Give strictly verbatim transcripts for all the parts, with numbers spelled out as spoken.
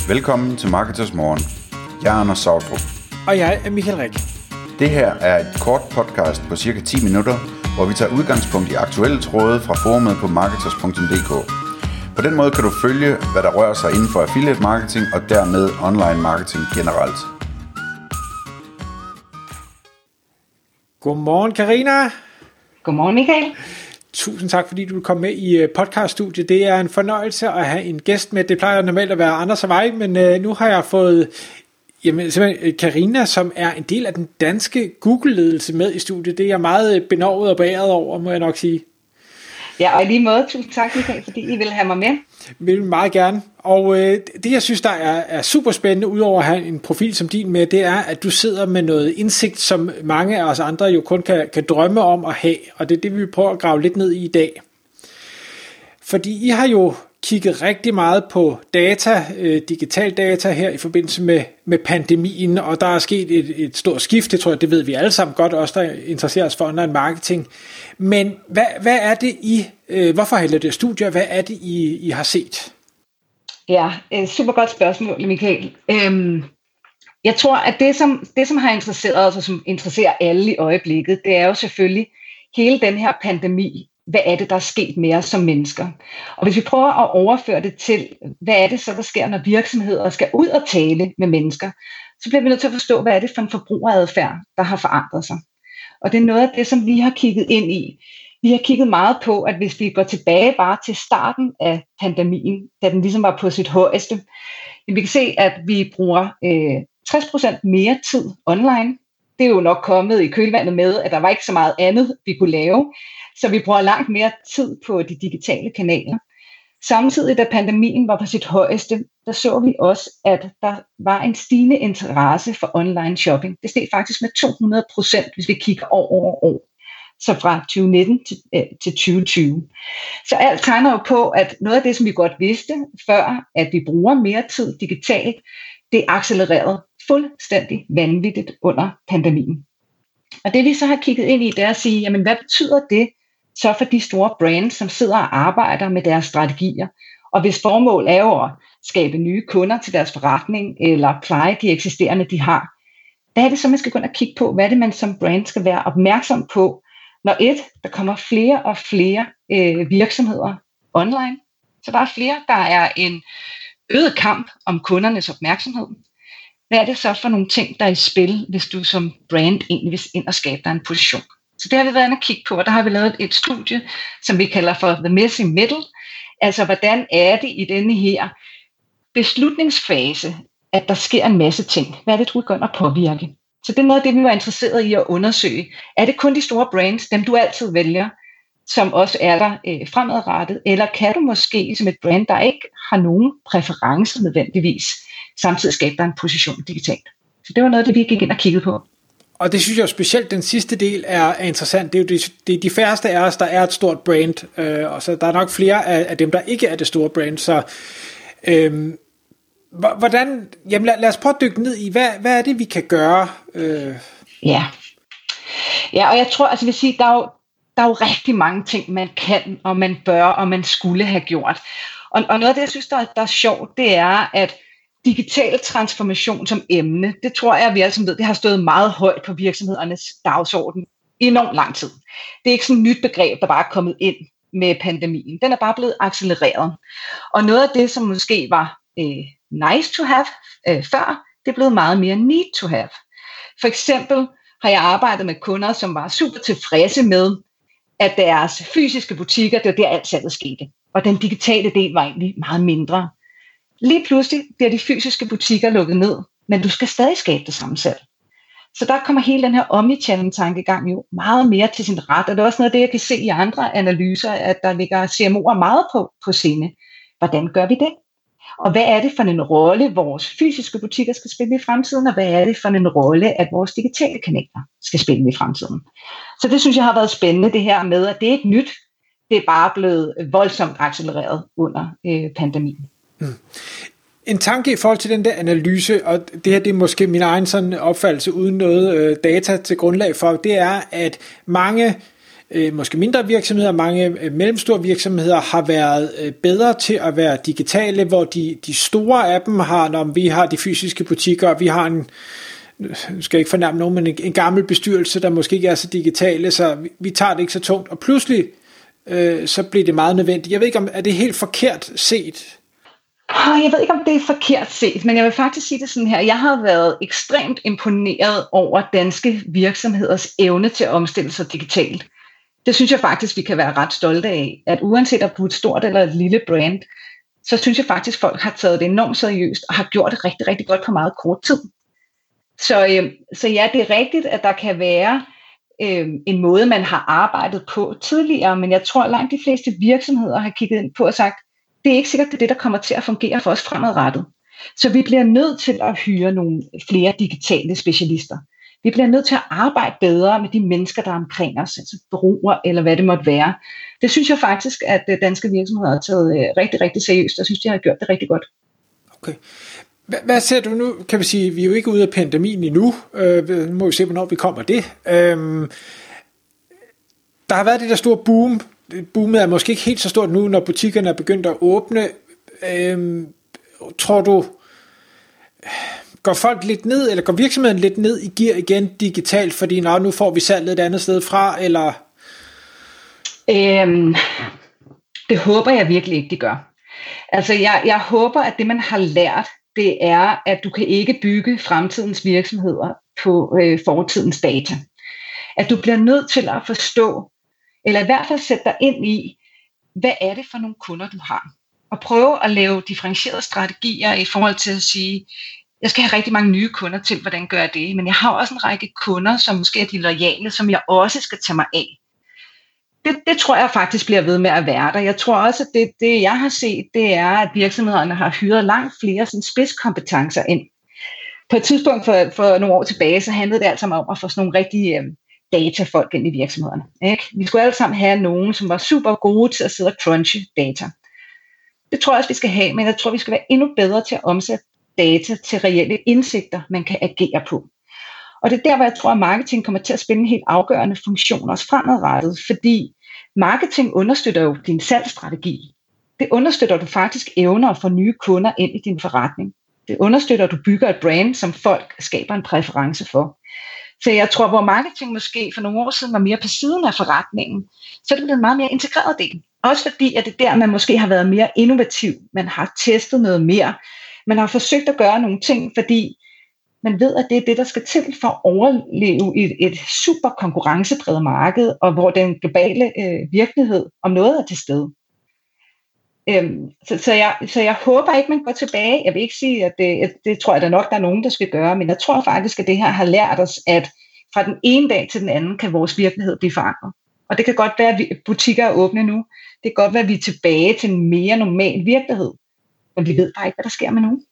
Velkommen til Marketers Morgen. Jeg er Anders Sautrup. Og jeg er Michael Rik. Det her er et kort podcast på cirka ti minutter, hvor vi tager udgangspunkt i aktuelle tråde fra forumet på marketers punktum d k. På den måde kan du følge, hvad der rører sig inden for affiliate marketing og dermed online marketing generelt. Godmorgen, Karina. Godmorgen, Michael. Tusind tak, fordi du vil komme med i podcaststudiet. Det er en fornøjelse at have en gæst med. Det plejer normalt at være Anders og mig, men øh, nu har jeg fået jamen, simpelthen Karina, som er en del af den danske Google-ledelse med i studiet. Det er jeg meget benovet og beæret over, må jeg nok sige. Ja, og i lige måde, tusind tak, Michael, fordi I vil have mig med. Vil meget gerne. Og øh, det, jeg synes, der er, er super spændende, udover at have en profil som din med, det er, at du sidder med noget indsigt, som mange af os andre jo kun kan, kan drømme om at have. Og det er det, vi vil prøve at grave lidt ned i i dag. Fordi I har jo kigget rigtig meget på data, øh, digital data her i forbindelse med, med pandemien, og der er sket et, et stort skift, det tror jeg, det ved vi alle sammen godt, også der interesserer os for online marketing. Men hvad, hvad er det I, øh, hvorfor hælder det studier, hvad er det I, I har set? Ja, super godt spørgsmål, Michael. Øhm, jeg tror, at det som, det, som har interesseret os, og som interesserer alle i øjeblikket, det er jo selvfølgelig hele den her pandemi. Hvad er det, der er sket med os som mennesker? Og hvis vi prøver at overføre det til, hvad er det så, der sker, når virksomheder skal ud og tale med mennesker, så bliver vi nødt til at forstå, hvad er det for en forbrugeradfærd, der har forandret sig. Og det er noget af det, som vi har kigget ind i. Vi har kigget meget på, at hvis vi går tilbage bare til starten af pandemien, da den ligesom var på sit højeste, vi kan se, at vi bruger øh, tres procent mere tid online. Det er jo nok kommet i kølvandet med, at der var ikke så meget andet, vi kunne lave. Så vi bruger langt mere tid på de digitale kanaler. Samtidig, da pandemien var på sit højeste, der så vi også, at der var en stigende interesse for online shopping. Det steg faktisk med to hundrede procent, hvis vi kigger år over år. Så fra tyve nitten til, øh, til tyve tyve. Så alt tegner jo på, at noget af det, som vi godt vidste før, at vi bruger mere tid digitalt, det accelererede fuldstændig vanvittigt under pandemien. Og det vi så har kigget ind i, det er at sige, jamen hvad betyder det så for de store brands, som sidder og arbejder med deres strategier, og hvis formål er jo at skabe nye kunder til deres forretning, eller pleje de eksisterende, de har. Hvad er det så, man skal gå ind og kigge på? Hvad er det, man som brand skal være opmærksom på, når et, der kommer flere og flere øh, virksomheder online, så der er flere, der er en øget kamp om kundernes opmærksomhed. Hvad er det så for nogle ting, der er i spil, hvis du som brand egentlig vil ind og skabe dig en position? Så det har vi været inde og kigge på, og der har vi lavet et studie, som vi kalder for The Missing Middle. Altså, hvordan er det i denne her beslutningsfase, at der sker en masse ting? Hvad er det, du går ind og påvirke? Så det er noget af det, vi var interesseret i at undersøge. Er det kun de store brands, dem du altid vælger, som også er der øh, fremadrettet? Eller kan du måske som et brand, der ikke har nogen præferencer nødvendigvis, samtidig skabe dig en position digitalt? Så det var noget af det, vi gik ind og kiggede på. Og det synes jeg jo specielt, den sidste del er, er interessant. Det er jo de, det er de færreste af os, der er et stort brand, øh, og så der er nok flere af, af dem, der ikke er det store brand. Så øh, hvordan, jamen lad, lad os prøve at dykke ned i, hvad, hvad er det, vi kan gøre? Øh? Ja. ja, og jeg tror, altså vil sige, der er, jo, der er jo rigtig mange ting, man kan, og man bør, og man skulle have gjort. Og, og noget af det, jeg synes, der er, der er sjovt, det er, at digital transformation som emne, det tror jeg, vi alle sammen ved, det har stået meget højt på virksomhedernes dagsorden i enormt lang tid. Det er ikke sådan et nyt begreb, der bare er kommet ind med pandemien. Den er bare blevet accelereret. Og noget af det, som måske var øh, nice to have øh, før, det er blevet meget mere need to have. For eksempel har jeg arbejdet med kunder, som var super tilfredse med, at deres fysiske butikker, det var der alt salget skete. Og den digitale del var egentlig meget mindre. Lige pludselig bliver de fysiske butikker lukket ned, men du skal stadig skabe det samme salg. Så der kommer hele den her omnichannel-tankegang jo meget mere til sin ret, og det er også noget af det, jeg kan se i andre analyser, at der ligger C M O'er meget på, på scene. Hvordan gør vi det? Og hvad er det for en rolle, vores fysiske butikker skal spille i fremtiden, og hvad er det for en rolle, at vores digitale kanaler skal spille i fremtiden? Så det synes jeg har været spændende, det her med, at det er ikke nyt, det er bare blevet voldsomt accelereret under øh, pandemien. Mm. En tanke i forhold til den der analyse, og det her det er måske min egen sådan opfattelse uden noget øh, data til grundlag for, det er, at mange øh, måske mindre virksomheder, mange øh, mellemstore virksomheder har været øh, bedre til at være digitale, hvor de, de store af dem har, når vi har de fysiske butikker, og vi har en, nu skal jeg ikke fornærme nogen, men en, en gammel bestyrelse, der måske ikke er så digitale, så vi, vi tager det ikke så tungt, og pludselig øh, så bliver det meget nødvendigt. Jeg ved ikke, om er det helt forkert set? Jeg ved ikke, om det er forkert set, men jeg vil faktisk sige det sådan her. Jeg har været ekstremt imponeret over danske virksomheders evne til at omstille sig digitalt. Det synes jeg faktisk, vi kan være ret stolte af, at uanset om du er et stort eller et lille brand, så synes jeg faktisk, folk har taget det enormt seriøst og har gjort det rigtig, rigtig godt på meget kort tid. Så, øh, så ja, det er rigtigt, at der kan være øh, en måde, man har arbejdet på tidligere, men jeg tror, at langt de fleste virksomheder har kigget ind på og sagt, det er ikke sikkert, det er det, der kommer til at fungere for os fremadrettet. Så vi bliver nødt til at hyre nogle flere digitale specialister. Vi bliver nødt til at arbejde bedre med de mennesker, der er omkring os, altså brugere eller hvad det måtte være. Det synes jeg faktisk, at danske virksomheder har taget rigtig, rigtig seriøst, og synes, de har gjort det rigtig godt. Okay. Hvad ser du nu? Kan vi sige, vi er jo ikke ude af pandemien endnu. Øh, nu må vi se, hvornår vi kommer det. Øh, der har været det der store boom. Boomet er måske ikke helt så stort nu, når butikkerne er begyndt at åbne. Øhm, tror du, går folk lidt ned, eller går virksomheden lidt ned i gear igen digitalt, fordi nå, nu får vi salget et andet sted fra, eller? Øhm, det håber jeg virkelig ikke, de gør. Altså, jeg, jeg håber, at det, man har lært, det er, at du kan ikke bygge fremtidens virksomheder på øh, fortidens data. At du bliver nødt til at forstå, eller i hvert fald sætte dig ind i, hvad er det for nogle kunder, du har. Og prøve at lave differentierede strategier i forhold til at sige, jeg skal have rigtig mange nye kunder til, hvordan gør jeg det? Men jeg har også en række kunder, som måske er de loyale, som jeg også skal tage mig af. Det, det tror jeg faktisk bliver ved med at være der. Jeg tror også, at det, det jeg har set, det er, at virksomhederne har hyret langt flere sådan, spidskompetencer ind. På et tidspunkt for, for nogle år tilbage, så handlede det altså om at få sådan nogle rigtige øh, datafolk ind i virksomhederne. Ikke? Vi skulle alle sammen have nogen, som var super gode til at sidde og crunche data. Det tror jeg også, vi skal have, men jeg tror, vi skal være endnu bedre til at omsætte data til reelle indsigter, man kan agere på. Og det er der, hvor jeg tror, at marketing kommer til at spille en helt afgørende funktion også fremadrettet, fordi marketing understøtter jo din salgsstrategi. Det understøtter, at du faktisk evner at få nye kunder ind i din forretning. Det understøtter, at du bygger et brand, som folk skaber en præference for. Så jeg tror, hvor marketing måske for nogle år siden var mere på siden af forretningen, så er det blevet en meget mere integreret del. Også fordi, at det der, man måske har været mere innovativ, man har testet noget mere, man har forsøgt at gøre nogle ting, fordi man ved, at det er det, der skal til for at overleve i et, et super konkurrencepræget marked, og hvor den globale øh, virkelighed om noget er til stede. Øhm, så, så, jeg, så jeg håber ikke, man går tilbage. Jeg vil ikke sige, at det, det tror jeg da nok, der er nogen, der skal gøre, men jeg tror faktisk, at det her har lært os, at fra den ene dag til den anden, kan vores virkelighed blive forandret. Og det kan godt være, at butikker er åbne nu. Det kan godt være, at vi er tilbage til en mere normal virkelighed. Men vi ved bare ikke, hvad der sker med nogen.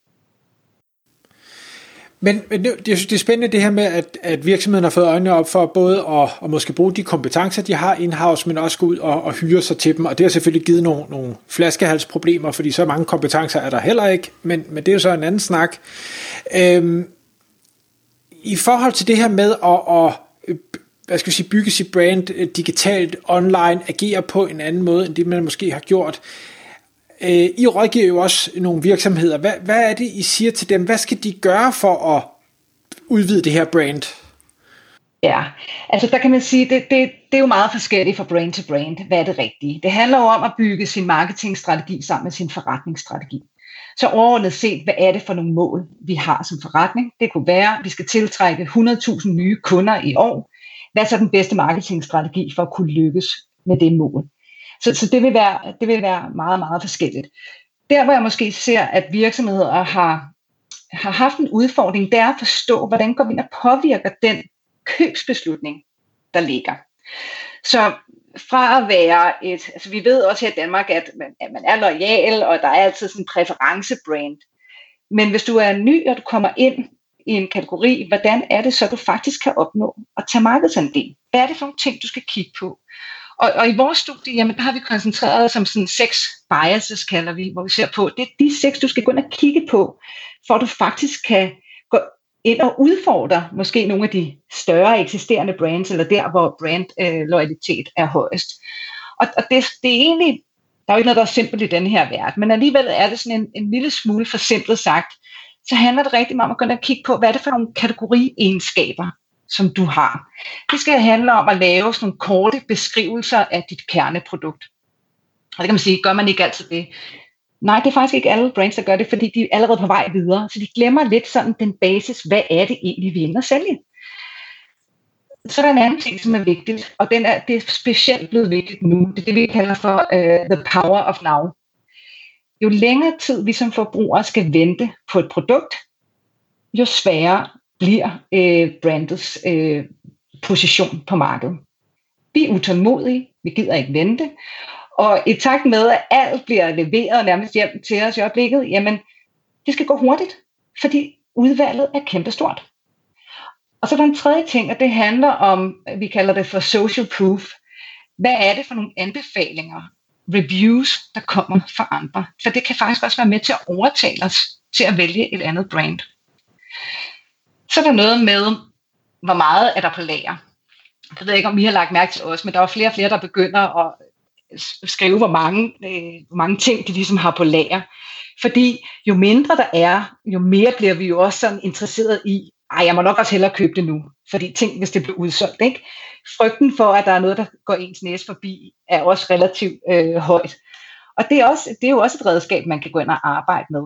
Men, men jeg synes, det er spændende det her med, at, at virksomheden har fået øjnene op for både at, at måske bruge de kompetencer, de har in-house, men også gå ud og, og hyre sig til dem. Og det har selvfølgelig givet nogle, nogle flaskehalsproblemer, fordi så mange kompetencer er der heller ikke. Men, men det er jo så en anden snak. Øhm, I forhold til det her med at, at hvad skal jeg sige, bygge sit brand digitalt, online, agere på en anden måde, end det man måske har gjort. I rådgiver jo også nogle virksomheder. Hvad, hvad er det, I siger til dem? Hvad skal de gøre for at udvide det her brand? Ja, altså der kan man sige, det, det, det er jo meget forskelligt fra brand til brand. Hvad er det rigtige? Det handler jo om at bygge sin marketingstrategi sammen med sin forretningsstrategi. Så overordnet set, hvad er det for nogle mål, vi har som forretning? Det kunne være, at vi skal tiltrække hundrede tusind nye kunder i år. Hvad er så den bedste marketingstrategi for at kunne lykkes med det mål? Så, så det, vil være, det vil være meget, meget forskelligt. Der, hvor jeg måske ser, at virksomheder har, har haft en udfordring, det er at forstå, hvordan går vi ind og påvirker den købsbeslutning, der ligger. Så fra at være et, altså vi ved også her i Danmark, at man, at man er loyal, og der er altid sådan en præferencebrand. Men hvis du er ny, og du kommer ind i en kategori, hvordan er det så, du faktisk kan opnå at tage markedsandel? Hvad er det for nogle ting, du skal kigge på? Og, og i vores studie, jamen, der har vi koncentreret os om sådan seks biases, kalder vi, hvor vi ser på, det er de seks, du skal gå ind og kigge på, for at du faktisk kan gå ind og udfordre måske nogle af de større eksisterende brands, eller der, hvor brand-loyalitet øh, er højest. Og, og det, det er egentlig, der er jo ikke noget, der er simpelt i den her verden, men alligevel er det sådan en, en lille smule forsimplet sagt, så handler det rigtig meget om at gå ind og kigge på, hvad er det for nogle kategoriegenskaber, som du har. Det skal handle om at lave sådan nogle korte beskrivelser af dit kerneprodukt. Og det kan man sige, gør man ikke altid det. Nej, det er faktisk ikke alle brands, der gør det, fordi de er allerede på vej videre. Så de glemmer lidt sådan den basis, hvad er det egentlig, vi er inde at sælge. Så er der en anden ting, som er vigtigt, og den er, det er specielt blevet vigtigt nu. Det er det, vi kalder for uh, the power of now. Jo længere tid vi som forbrugere skal vente på et produkt, jo sværere bliver uh, brandets uh, position på markedet. Vi er utålmodige, vi gider ikke vente, og i takt med, at alt bliver leveret nærmest hjem til os i øjeblikket, jamen, det skal gå hurtigt, fordi udvalget er kæmpestort. Og så er der en tredje ting, og det handler om, vi kalder det for social proof. Hvad er det for nogle anbefalinger, reviews, der kommer fra andre? For det kan faktisk også være med til at overtale os til at vælge et andet brand. Så er der noget med, hvor meget er der på lager. Jeg ved ikke, om I har lagt mærke til os, men der er flere og flere, der begynder at skrive, hvor mange, øh, hvor mange ting de ligesom har på lager. Fordi jo mindre der er, jo mere bliver vi jo også sådan interesseret i, ej, jeg må nok også hellere købe det nu, fordi ting, hvis det bliver udsolgt, ikke? Frygten for, at der er noget, der går ens næse forbi, er også relativt øh, højt. Og det er, også, det er jo også et redskab, man kan gå ind og arbejde med.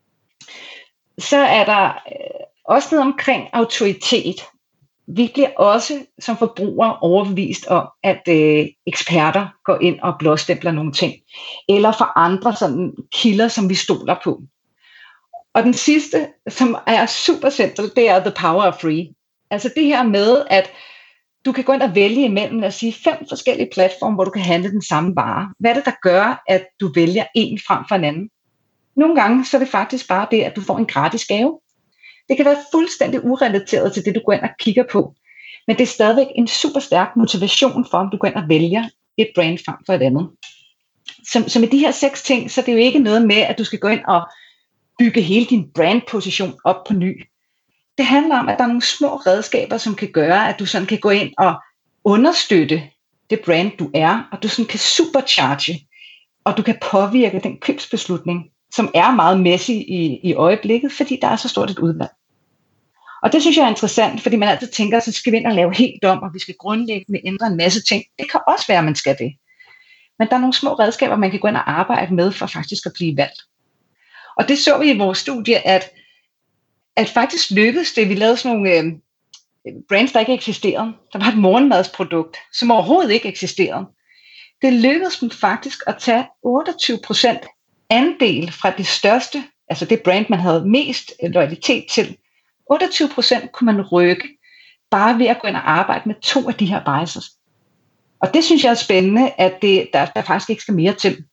Så er der øh, også noget omkring autoritet. Vi bliver også som forbrugere overbevist om, at øh, eksperter går ind og blåstempler nogle ting, eller for andre sådan kilder, som vi stoler på. Og den sidste, som er super central, det er the power of free. Altså det her med, at du kan gå ind og vælge imellem, at sige fem forskellige platforme, hvor du kan handle den samme vare. Hvad er det, der gør, at du vælger en frem for en anden? Nogle gange så er det faktisk bare det, at du får en gratis gave. Det kan være fuldstændig urelateret til det, du går ind og kigger på. Men det er stadigvæk en super stærk motivation for, om du går ind og vælger et brand frem for et andet. Så, så med de her seks ting, så er det jo ikke noget med, at du skal gå ind og bygge hele din brandposition op på ny. Det handler om, at der er nogle små redskaber, som kan gøre, at du sådan kan gå ind og understøtte det brand, du er, og du sådan kan supercharge, og du kan påvirke den købsbeslutning, som er meget messy i, i øjeblikket, fordi der er så stort et udvalg. Og det synes jeg er interessant, fordi man altid tænker, så skal vi ind og lave helt om, og vi skal grundlæggende ændre en masse ting. Det kan også være, at man skal det. Men der er nogle små redskaber, man kan gå ind og arbejde med, for faktisk at blive valgt. Og det så vi i vores studie, at, at faktisk lykkedes det. Vi lavede sådan nogle øh, brands, der ikke eksisterede. Der var et morgenmadsprodukt, som overhovedet ikke eksisterede. Det lykkedes dem faktisk at tage otteogtyve procent andel fra det største, altså det brand, man havde mest loyalitet til. otteogtyve procent kunne man rykke, bare ved at gå ind og arbejde med to af de her biases. Og det synes jeg er spændende, at det, der, der faktisk ikke skal mere til.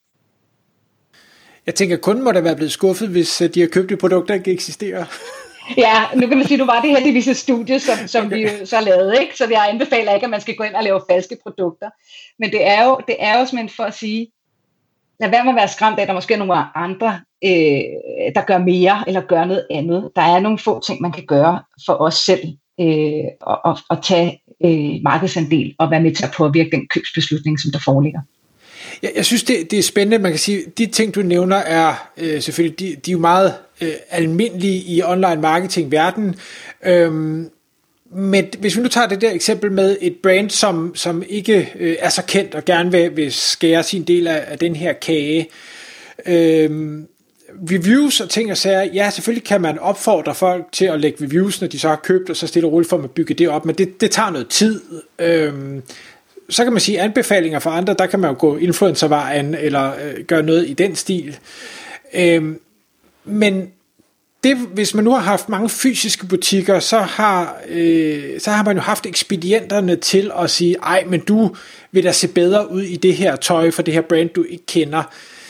Jeg tænker, at kunden må da være blevet skuffet, hvis de har købt et produkt, der ikke eksisterer. Ja, nu kan man sige, nu var det heldigvis et studie, som, som okay. vi så lavede, ikke? Så jeg anbefaler ikke, at man skal gå ind og lave falske produkter. Men det er jo, det er jo simpelthen for at sige, lad være med at være skræmt af, at der måske er nogle andre, øh, der gør mere, eller gør noget andet. Der er nogle få ting, man kan gøre for os selv, øh, og, og, og tage øh, markedsandel, og være med til at påvirke den købsbeslutning, som der foreligger. Jeg, jeg synes, det, det er spændende. Man kan sige, de ting, du nævner, er øh, selvfølgelig, de, de er jo meget øh, almindelige i online marketing-verdenen. Øhm, men hvis vi nu tager det der eksempel med et brand, som, som ikke øh, er så kendt, og gerne vil, vil skære sin del af, af den her kage. Øhm, reviews og ting og sager, ja, selvfølgelig kan man opfordre folk til at lægge reviews, når de så har købt, og så stille og roligt for at bygge det op, men det, det tager noget tid. Øhm, Så kan man sige anbefalinger for andre, der kan man jo gå influencervejen eller øh, gøre noget i den stil. Øhm, men det, hvis man nu har haft mange fysiske butikker, så har, øh, så har man jo haft ekspedienterne til at sige, ej, men du vil da se bedre ud i det her tøj for det her brand, du ikke kender.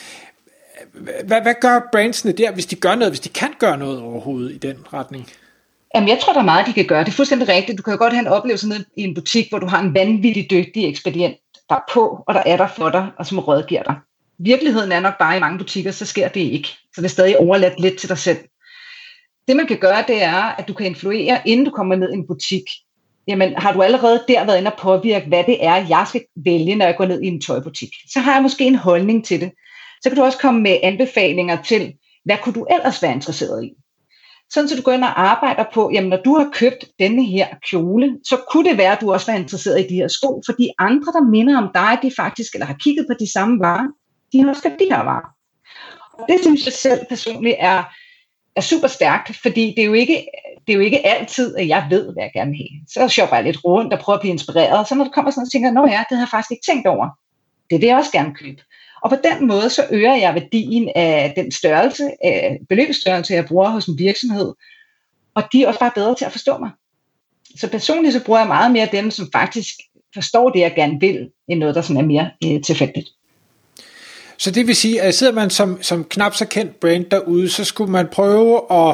Hvad, hvad gør brandsene der, hvis de gør noget, hvis de kan gøre noget overhovedet i den retning? Jamen, jeg tror, der er meget, de kan gøre. Det er fuldstændig rigtigt. Du kan jo godt have en oplevelse nede i en butik, hvor du har en vanvittig dygtig ekspedient, der er på, og der er der for dig, og som rådgiver dig. Virkeligheden er nok bare, i mange butikker, så sker det ikke. Så det er stadig overladt lidt til dig selv. Det man kan gøre, det er, at du kan influere, inden du kommer ned i en butik. Jamen, har du allerede der været inde og påvirke, hvad det er, jeg skal vælge, når jeg går ned i en tøjbutik? Så har jeg måske en holdning til det. Så kan du også komme med anbefalinger til, hvad kunne du ellers være interesseret i? Sådan så du går ind og arbejder på, jamen når du har købt denne her kjole, så kunne det være, at du også var interesseret i de her sko, for de andre, der minder om dig, de faktisk, eller har kigget på de samme varer, de har også købt de her varer. Og det synes jeg selv personligt er, er super stærkt, fordi det er, jo ikke, det er jo ikke altid, at jeg ved, hvad jeg gerne vil have. Så shopper jeg lidt rundt og prøver at blive inspireret, så når det kommer sådan og tænker, nå ja, det har jeg faktisk ikke tænkt over. Det vil jeg også gerne købe. Og på den måde, så øger jeg værdien af den størrelse, af beløbsstørrelse, jeg bruger hos en virksomhed. Og de er også bare bedre til at forstå mig. Så personligt, så bruger jeg meget mere dem, som faktisk forstår det, jeg gerne vil, end noget, der sådan er mere øh, tilfældigt. Så det vil sige, at sidder man som, som knap så kendt brand derude, så skulle man prøve at,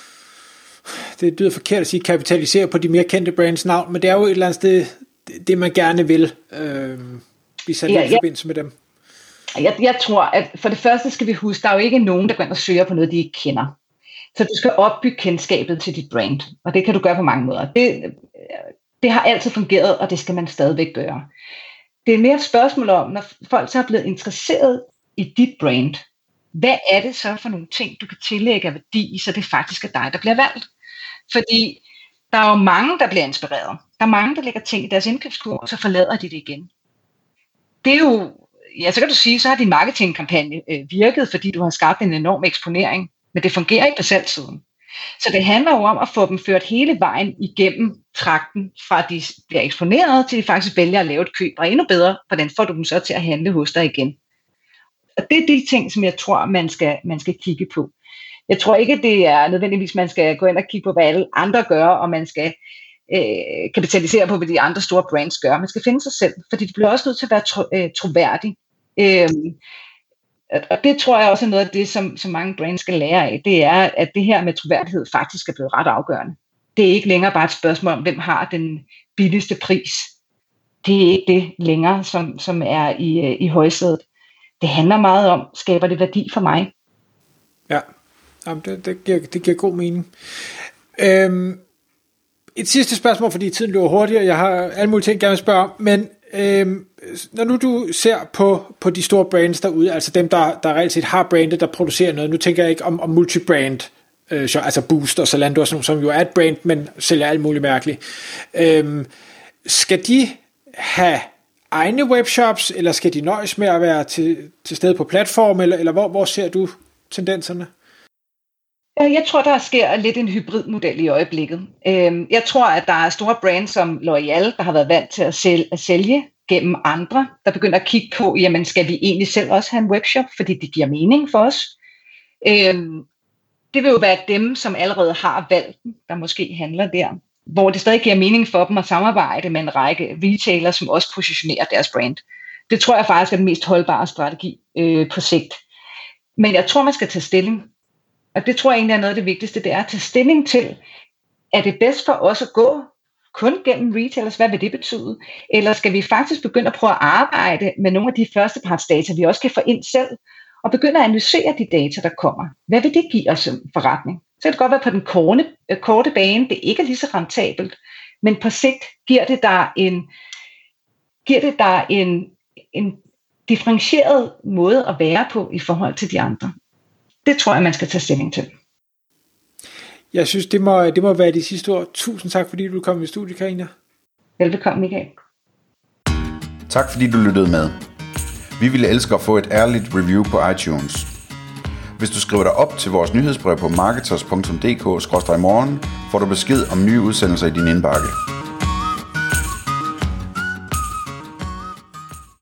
det lyder forkert at sige, kapitalisere på de mere kendte brands navn, men det er jo et eller andet sted, det man gerne vil, øh, blive sat ja, i forbindelse med dem. Jeg, jeg tror, at for det første skal vi huske, der er jo ikke nogen, der går ind og søger på noget, de ikke kender. Så du skal opbygge kendskabet til dit brand, og det kan du gøre på mange måder. Det, det har altid fungeret, og det skal man stadigvæk gøre. Det er mere et spørgsmål om, når folk så er blevet interesseret i dit brand, hvad er det så for nogle ting, du kan tillægge af værdi, så det faktisk er dig, der bliver valgt? Fordi der er jo mange, der bliver inspireret. Der er mange, der lægger ting i deres indkøbskurv, og så forlader de det igen. Det er jo, ja, så kan du sige, så har din marketingkampagne øh, virket, fordi du har skabt en enorm eksponering, men det fungerer ikke på salgssiden. Så det handler jo om at få dem ført hele vejen igennem trakten, fra de bliver eksponeret, til de faktisk vælger at lave et køb, og endnu bedre, hvordan får du dem så til at handle hos dig igen. Og det er de ting, som jeg tror, man skal, man skal kigge på. Jeg tror ikke, det er nødvendigvis, man skal gå ind og kigge på, hvad alle andre gør, og man skal øh, kapitalisere på, hvad de andre store brands gør. Man skal finde sig selv, fordi det bliver også nødt til at være tro, øh, troværdig. Øh, og det tror jeg også er noget af det, som, som mange brands skal lære af. Det er, at det her med troværdighed faktisk er blevet ret afgørende. Det er ikke længere bare et spørgsmål om, hvem har den billigste pris. Det er ikke det længere, som, som er i, i højsædet. Det handler meget om, skaber det værdi for mig? Ja, jamen det, det, giver, det giver god mening. Øhm, et sidste spørgsmål, fordi tiden løber hurtigere. Jeg har alle mulige ting, jeg gerne vil spørge om. Men øhm, når nu du ser på, på de store brands derude, altså dem, der, der reelt set har brandet, der producerer noget. Nu tænker jeg ikke om, om multibrand, øh, altså Boost og Zalando, som, som jo er et brand, men sælger alt muligt mærkeligt. Øhm, skal de have egne webshops, eller skal de nøjes med at være til, til stede på platform, eller, eller hvor, hvor ser du tendenserne? Jeg tror, der sker lidt en hybridmodel i øjeblikket. Jeg tror, at der er store brands som L'Oreal, der har været vant til at sælge, at sælge gennem andre, der begynder at kigge på, jamen skal vi egentlig selv også have en webshop, fordi det giver mening for os. Det vil jo være dem, som allerede har valgt, der måske handler der, hvor det stadig giver mening for dem at samarbejde med en række retailer, som også positionerer deres brand. Det tror jeg faktisk er den mest holdbare strategi øh, på sigt. Men jeg tror, man skal tage stilling. Og det tror jeg egentlig er noget af det vigtigste, det er at tage stilling til, er det bedst for os at gå kun gennem retailers, hvad vil det betyde? Eller skal vi faktisk begynde at prøve at arbejde med nogle af de førstepartsdata, vi også kan få ind selv, og begynde at analysere de data, der kommer. Hvad vil det give os som forretning? Så kan det godt være på den korte, korte bane, det ikke er lige så rentabelt, men på sigt giver det dig en, giver det dig en, en differentieret måde at være på i forhold til de andre. Det tror jeg, man skal tage stilling til. Jeg synes, det må, det må være de sidste ord. Tusind tak, fordi du kom i studiet, Karina. Velbekomme, Michael. Tak, fordi du lyttede med. Vi ville elske at få et ærligt review på iTunes. Hvis du skriver dig op til vores nyhedsbrev på marketers punktum d k skråstreg morgen, får du besked om nye udsendelser i din indbakke.